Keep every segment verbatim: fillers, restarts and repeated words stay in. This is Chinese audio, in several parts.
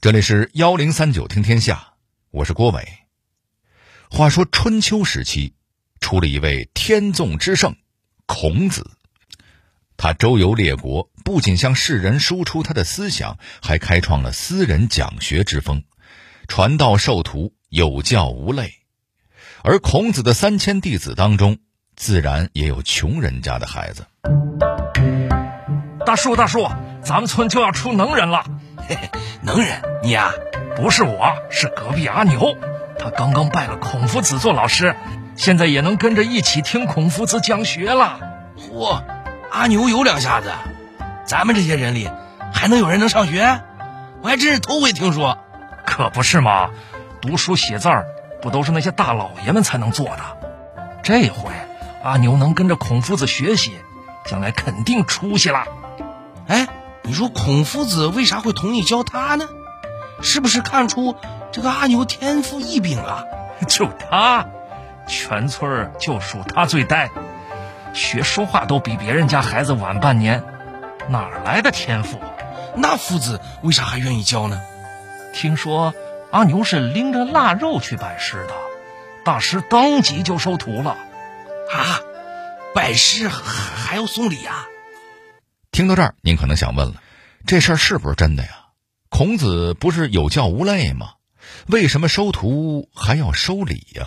这里是一零三九听天下，我是郭伟。话说春秋时期出了一位天纵之圣孔子，他周游列国，不仅向世人输出他的思想，还开创了私人讲学之风，传道授徒，有教无类。而孔子的三千弟子当中，自然也有穷人家的孩子。 大叔大叔，咱们村就要出能人了。 嘿嘿，能人你呀？ 不是我，是隔壁阿牛，他刚刚拜了孔夫子做老师，现在也能跟着一起听孔夫子讲学了。 嚯，阿牛有两下子，咱们这些人里还能有人能上学？我还真是头回听说。 可不是嘛，读书写字儿不都是那些大老爷们才能做的？这回阿牛能跟着孔夫子学习，将来肯定出息了。 哎，你说孔夫子为啥会同意教他呢？是不是看出这个阿牛天赋异禀啊？ 就他，全村就属他最呆，学说话都比别人家孩子晚半年，哪来的天赋？ 那夫子为啥还愿意教呢？ 听说阿牛是拎着腊肉去拜师的，大师当即就收徒了。 啊，拜师还要送礼啊？ 听到这儿，您可能想问了，这事儿是不是真的呀？孔子不是有教无类吗？为什么收徒还要收礼呀？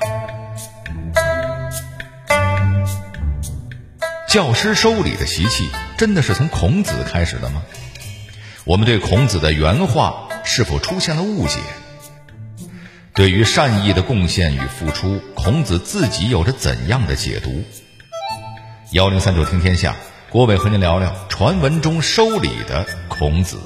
教师收礼的习气真的是从孔子开始的吗？我们对孔子的原话是否出现了误解？对于善意的贡献与付出，孔子自己有着怎样的解读？一零三九听天下，郭伟和您聊聊传闻中收礼的孔子。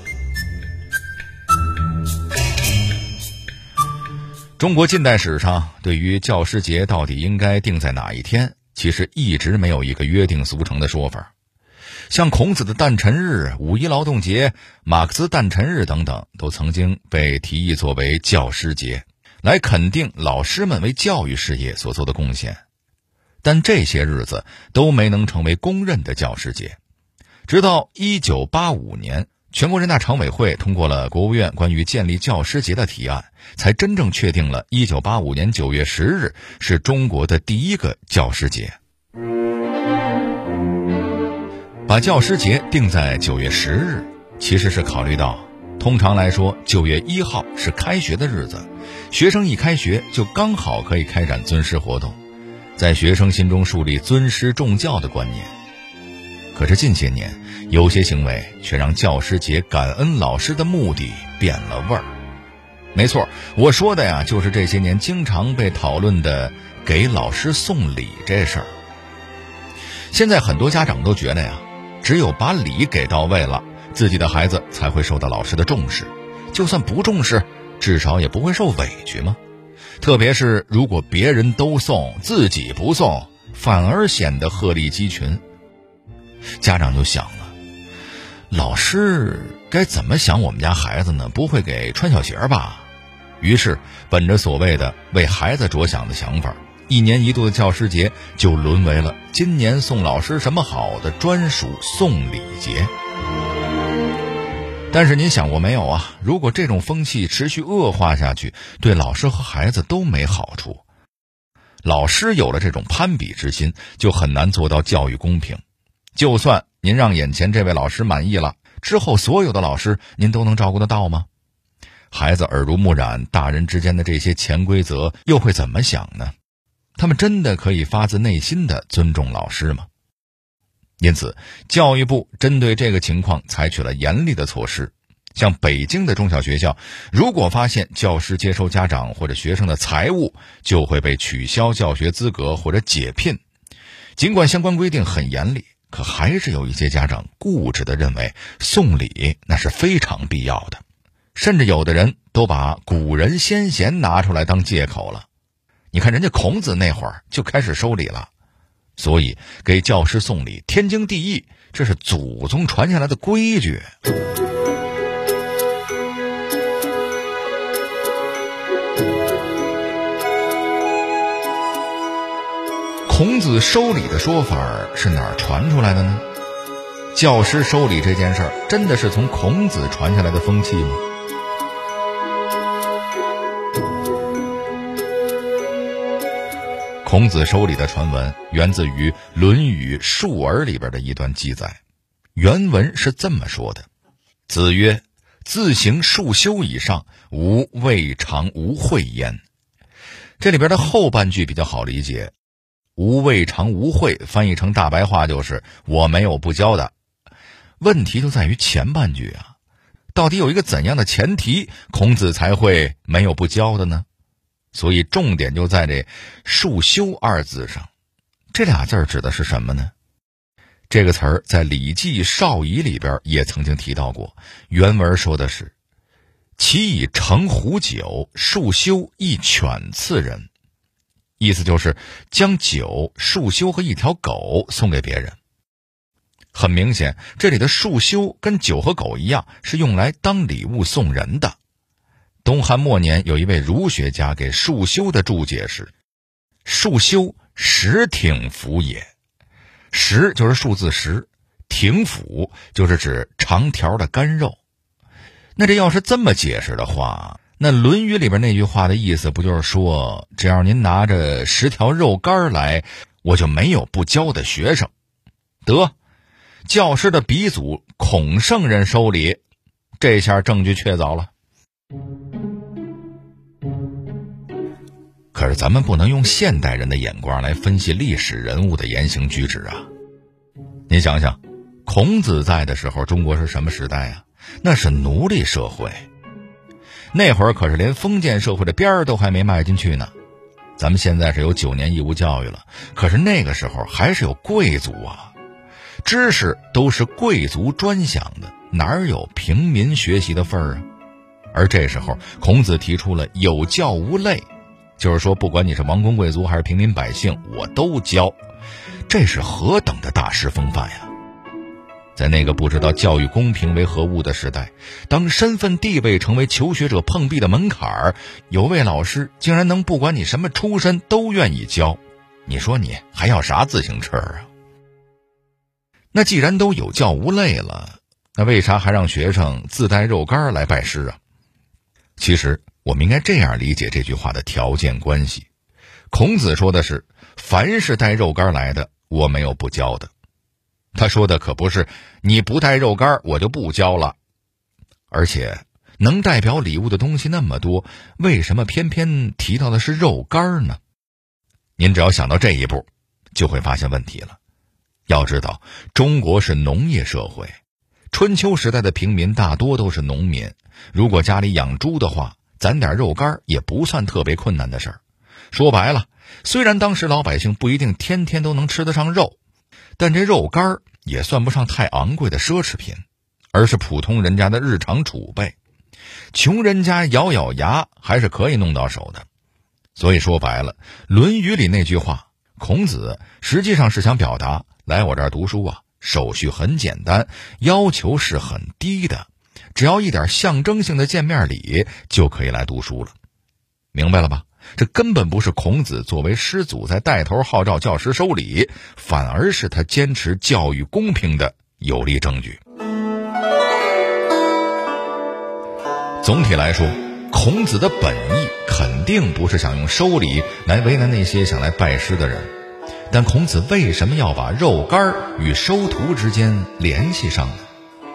中国近代史上对于教师节到底应该定在哪一天，其实一直没有一个约定俗成的说法。像孔子的诞辰日、五一劳动节、马克思诞辰日等等，都曾经被提议作为教师节，来肯定老师们为教育事业所做的贡献。但这些日子都没能成为公认的教师节。直到一九八五年，全国人大常委会通过了国务院关于建立教师节的提案，才真正确定了一九八五年九月十日是中国的第一个教师节。把教师节定在九月十日，其实是考虑到通常来说九月一号是开学的日子，学生一开学就刚好可以开展尊师活动，在学生心中树立尊师重教的观念。可是近些年有些行为却让教师节感恩老师的目的变了味儿。没错，我说的呀就是这些年经常被讨论的给老师送礼这事儿。现在很多家长都觉得呀，只有把礼给到位了，自己的孩子才会受到老师的重视，就算不重视，至少也不会受委屈嘛。特别是如果别人都送，自己不送，反而显得鹤立鸡群。家长就想了，老师该怎么想我们家孩子呢？不会给穿小鞋吧？于是本着所谓的为孩子着想的想法，一年一度的教师节就沦为了今年送老师什么好的专属送礼节。但是您想过没有啊？如果这种风气持续恶化下去，对老师和孩子都没好处。老师有了这种攀比之心，就很难做到教育公平。就算您让眼前这位老师满意了，之后所有的老师您都能照顾得到吗？孩子耳濡目染，大人之间的这些潜规则又会怎么想呢？他们真的可以发自内心的尊重老师吗？因此教育部针对这个情况采取了严厉的措施。像北京的中小学校，如果发现教师接收家长或者学生的财物，就会被取消教学资格或者解聘。尽管相关规定很严厉，可还是有一些家长固执地认为送礼那是非常必要的，甚至有的人都把古人先贤拿出来当借口了。你看人家孔子那会儿就开始收礼了，所以给教师送礼天经地义，这是祖宗传下来的规矩。孔子收礼的说法是哪儿传出来的呢？教师收礼这件事儿真的是从孔子传下来的风气吗？ 孔子收礼的传闻源自于《论语·述而》里边的一段记载，原文是这么说的：子曰，自行数修以上，吾未尝无讳焉。这里边的后半句比较好理解，吾未尝无讳翻译成大白话就是我没有不教的。问题就在于前半句啊，到底有一个怎样的前提，孔子才会没有不教的呢？所以重点就在这数修二字上。这俩字指的是什么呢？这个词儿在《礼记·少仪》里边也曾经提到过，原文说的是其以盛壶酒，数修一犬赐人，意思就是将酒、数修和一条狗送给别人。很明显，这里的数修跟酒和狗一样，是用来当礼物送人的。东汉末年有一位儒学家给数修的注解是：数修，食挺腐也。食就是数字十，挺腐就是指长条的干肉。那这要是这么解释的话，那《论语》里边那句话的意思不就是说，只要您拿着十条肉干来，我就没有不教的学生。得，教师的鼻祖孔圣人收礼，这下证据确凿了。可是咱们不能用现代人的眼光来分析历史人物的言行举止啊！你想想，孔子在的时候，中国是什么时代啊？那是奴隶社会。那会儿可是连封建社会的边儿都还没迈进去呢。咱们现在是有九年义务教育了，可是那个时候还是有贵族啊，知识都是贵族专享的，哪有平民学习的份儿啊？而这时候孔子提出了有教无类，就是说不管你是王公贵族还是平民百姓，我都教。这是何等的大师风范呀！在那个不知道教育公平为何物的时代，当身份地位成为求学者碰壁的门槛儿，有位老师竟然能不管你什么出身都愿意教，你说你还要啥自行车啊？那既然都有教无类了，那为啥还让学生自带肉干来拜师啊？其实我们应该这样理解这句话的条件关系。孔子说的是，凡是带肉干来的，我没有不教的。他说的可不是你不带肉干我就不教了。而且能代表礼物的东西那么多，为什么偏偏提到的是肉干呢？您只要想到这一步，就会发现问题了。要知道，中国是农业社会，春秋时代的平民大多都是农民，如果家里养猪的话，攒点肉干也不算特别困难的事儿。说白了，虽然当时老百姓不一定天天都能吃得上肉，但这肉干也算不上太昂贵的奢侈品，而是普通人家的日常储备。穷人家咬咬牙还是可以弄到手的。所以说白了，《论语》里那句话，孔子实际上是想表达，来我这儿读书啊，手续很简单，要求是很低的，只要一点象征性的见面礼就可以来读书了。明白了吧？这根本不是孔子作为师祖在带头号召教师收礼，反而是他坚持教育公平的有力证据。总体来说，孔子的本意肯定不是想用收礼来为难那些想来拜师的人，但孔子为什么要把肉干与收徒之间联系上呢？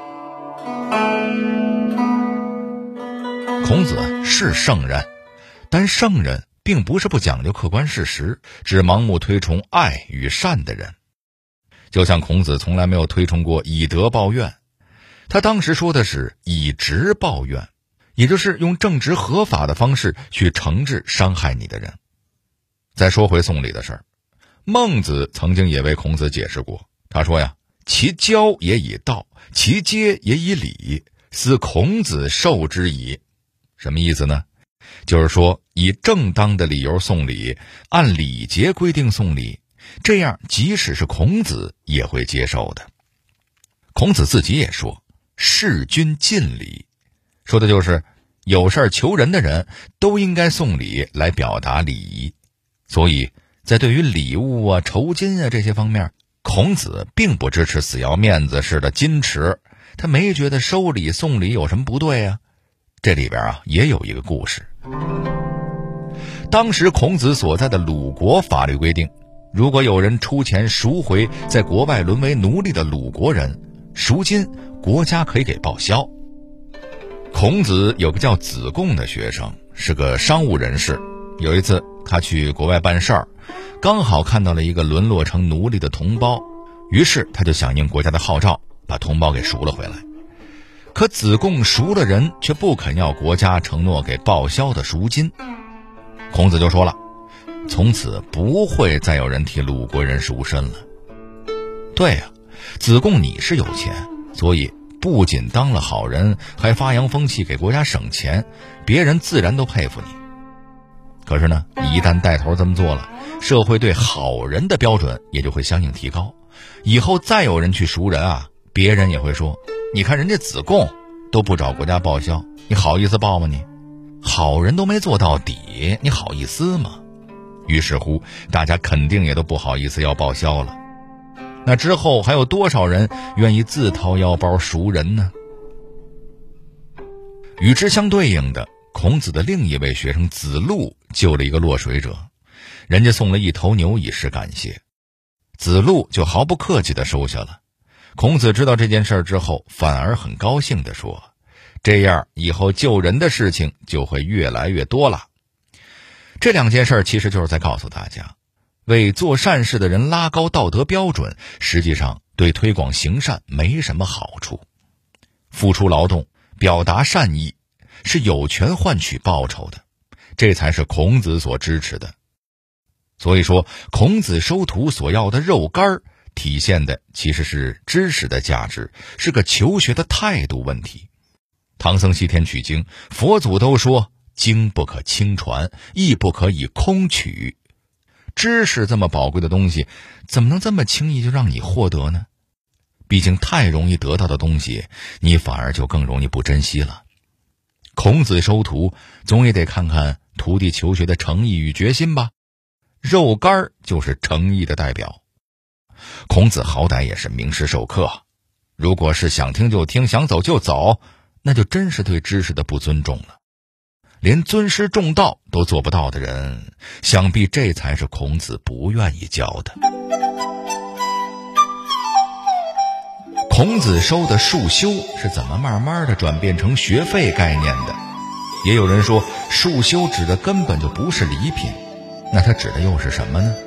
孔子是圣人，但圣人并不是不讲究客观事实，只盲目推崇爱与善的人。就像孔子从来没有推崇过以德报怨，他当时说的是以直报怨，也就是用正直合法的方式去惩治伤害你的人。再说回送礼的事儿，孟子曾经也为孔子解释过，他说呀，其教也以道，其接也以礼，斯孔子受之矣。什么意思呢？就是说，以正当的理由送礼，按礼节规定送礼，这样即使是孔子也会接受的。孔子自己也说，事君尽礼，说的就是有事求人的人都应该送礼来表达礼仪。所以在对于礼物啊、酬金啊这些方面，孔子并不支持死要面子似的矜持，他没觉得收礼送礼有什么不对啊。这里边啊也有一个故事。 当时孔子所在的鲁国法律规定，如果有人出钱赎回在国外沦为奴隶的鲁国人，赎金国家可以给报销。孔子有个叫子贡的学生，是个商务人士。有一次他去国外办事儿，刚好看到了一个沦落成奴隶的同胞，于是他就响应国家的号召，把同胞给赎了回来。可子贡赎了人，却不肯要国家承诺给报销的赎金。孔子就说了，从此不会再有人替鲁国人赎身了。对呀、啊，子贡你是有钱，所以不仅当了好人，还发扬风气给国家省钱，别人自然都佩服你。可是呢，你一旦带头这么做了，社会对好人的标准也就会相应提高。以后再有人去赎人啊，别人也会说，你看人家子贡都不找国家报销，你好意思报吗你？好人都没做到底，你好意思吗？于是乎，大家肯定也都不好意思要报销了。那之后还有多少人愿意自掏腰包赎人呢？与之相对应的，孔子的另一位学生子路救了一个落水者，人家送了一头牛以示感谢，子路就毫不客气地收下了。孔子知道这件事之后，反而很高兴地说，这样以后救人的事情就会越来越多了。这两件事其实就是在告诉大家，为做善事的人拉高道德标准，实际上对推广行善没什么好处。付出劳动，表达善意，是有权换取报酬的，这才是孔子所支持的。所以说，孔子收徒所要的肉干体现的其实是知识的价值，是个求学的态度问题。唐僧西天取经，佛祖都说经不可轻传，亦不可以空取。知识这么宝贵的东西，怎么能这么轻易就让你获得呢？毕竟太容易得到的东西，你反而就更容易不珍惜了。孔子收徒，总也得看看徒弟求学的诚意与决心吧。肉干就是诚意的代表。孔子好歹也是名师授课，如果是想听就听，想走就走，那就真是对知识的不尊重了。连尊师重道都做不到的人，想必这才是孔子不愿意教的。孔子收的束修是怎么慢慢的转变成学费概念的？也有人说，束修指的根本就不是礼品，那它指的又是什么呢？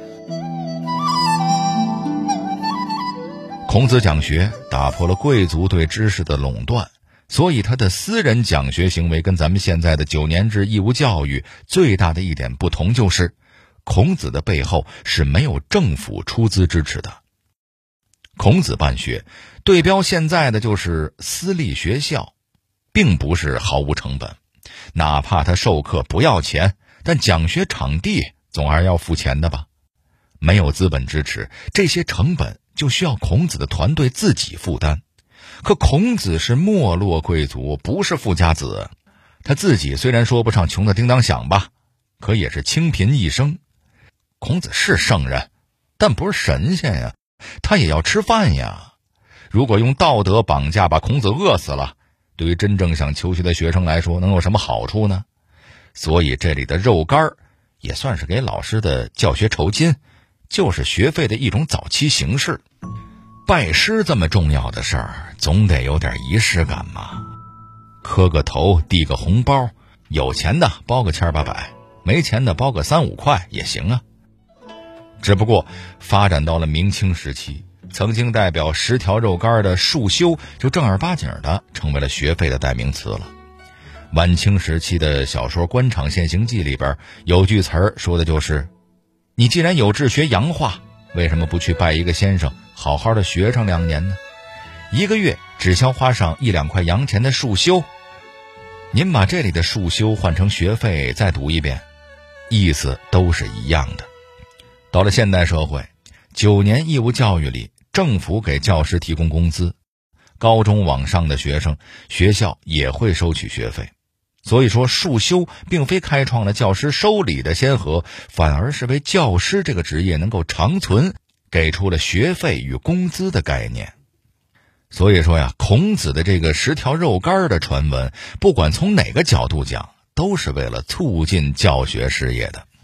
孔子讲学打破了贵族对知识的垄断，所以他的私人讲学行为跟咱们现在的九年制义务教育最大的一点不同，就是孔子的背后是没有政府出资支持的。孔子办学对标现在的就是私立学校，并不是毫无成本，哪怕他授课不要钱，但讲学场地总还要付钱的吧。没有资本支持，这些成本就需要孔子的团队自己负担。可孔子是没落贵族，不是富家子，他自己虽然说不上穷的叮当响吧，可也是清贫一生。孔子是圣人，但不是神仙呀，他也要吃饭呀。如果用道德绑架把孔子饿死了，对于真正想求学的学生来说，能有什么好处呢？所以这里的肉干也算是给老师的教学酬金，就是学费的一种早期形式。拜师这么重要的事儿，总得有点仪式感嘛。磕个头，递个红包，有钱的包个千八百，没钱的包个三五块也行啊。只不过发展到了明清时期，曾经代表十条肉干的束修就正儿八经的成为了学费的代名词了。晚清时期的小说《官场现形记》里边有句词儿说的就是，你既然有志学洋画，为什么不去拜一个先生，好好的学上两年呢？一个月只需花上一两块洋钱的束修，您把这里的束修换成学费再读一遍，意思都是一样的。到了现代社会，九年义务教育里，政府给教师提供工资，高中往上的学生，学校也会收取学费。所以说，束修并非开创了教师收礼的先河，反而是为教师这个职业能够长存，给出了学费与工资的概念。所以说呀，孔子的这个十条肉干的传闻，不管从哪个角度讲，都是为了促进教学事业的。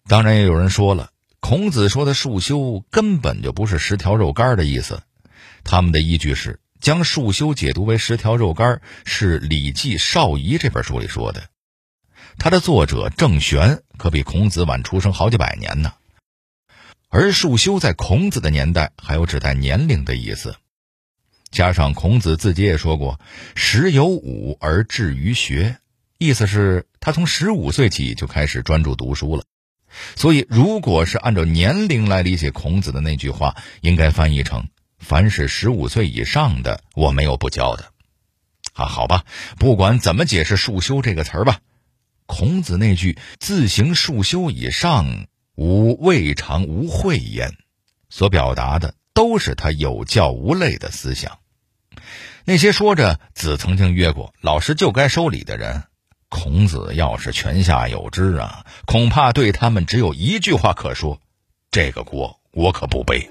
当然也有人说了，孔子说的束修根本就不是十条肉干的意思，他们的依据是将束修解读为十条肉干，是《礼记·少仪》这本书里说的。他的作者郑玄可比孔子晚出生好几百年呢。而束修在孔子的年代还有指代年龄的意思，加上孔子自己也说过十有五而志于学，意思是他从十五岁起就开始专注读书了。所以如果是按照年龄来理解孔子的那句话，应该翻译成凡是十五岁以上的，我没有不教的。啊，好吧，不管怎么解释束修这个词儿吧，孔子那句自行束修以上，吾未尝无讳焉，所表达的都是他有教无类的思想。那些说着子曾经曰过老师就该收礼的人，孔子要是泉下有知啊，恐怕对他们只有一句话可说，这个锅我可不背。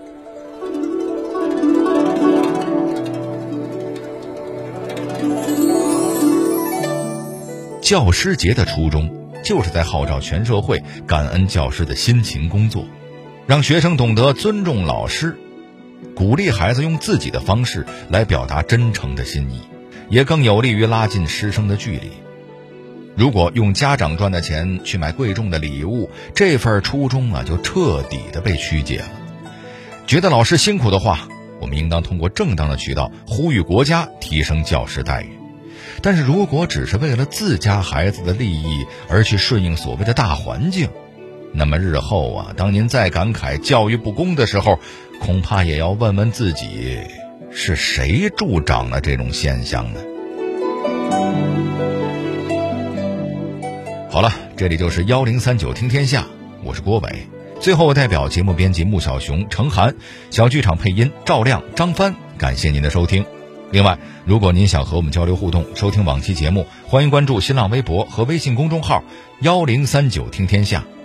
教师节的初衷就是在号召全社会感恩教师的辛勤工作，让学生懂得尊重老师，鼓励孩子用自己的方式来表达真诚的心意，也更有利于拉近师生的距离。如果用家长赚的钱去买贵重的礼物，这份初衷啊就彻底的被曲解了。觉得老师辛苦的话，我们应当通过正当的渠道呼吁国家提升教师待遇。但是如果只是为了自家孩子的利益而去顺应所谓的大环境，那么日后啊，当您再感慨教育不公的时候，恐怕也要问问自己，是谁助长了这种现象呢？好了，这里就是一零三九听天下，我是郭伟。最后我代表节目编辑穆小熊、程涵，小剧场配音赵亮、张帆，感谢您的收听。另外，如果您想和我们交流互动，收听往期节目，欢迎关注新浪微博和微信公众号一零三九听天下。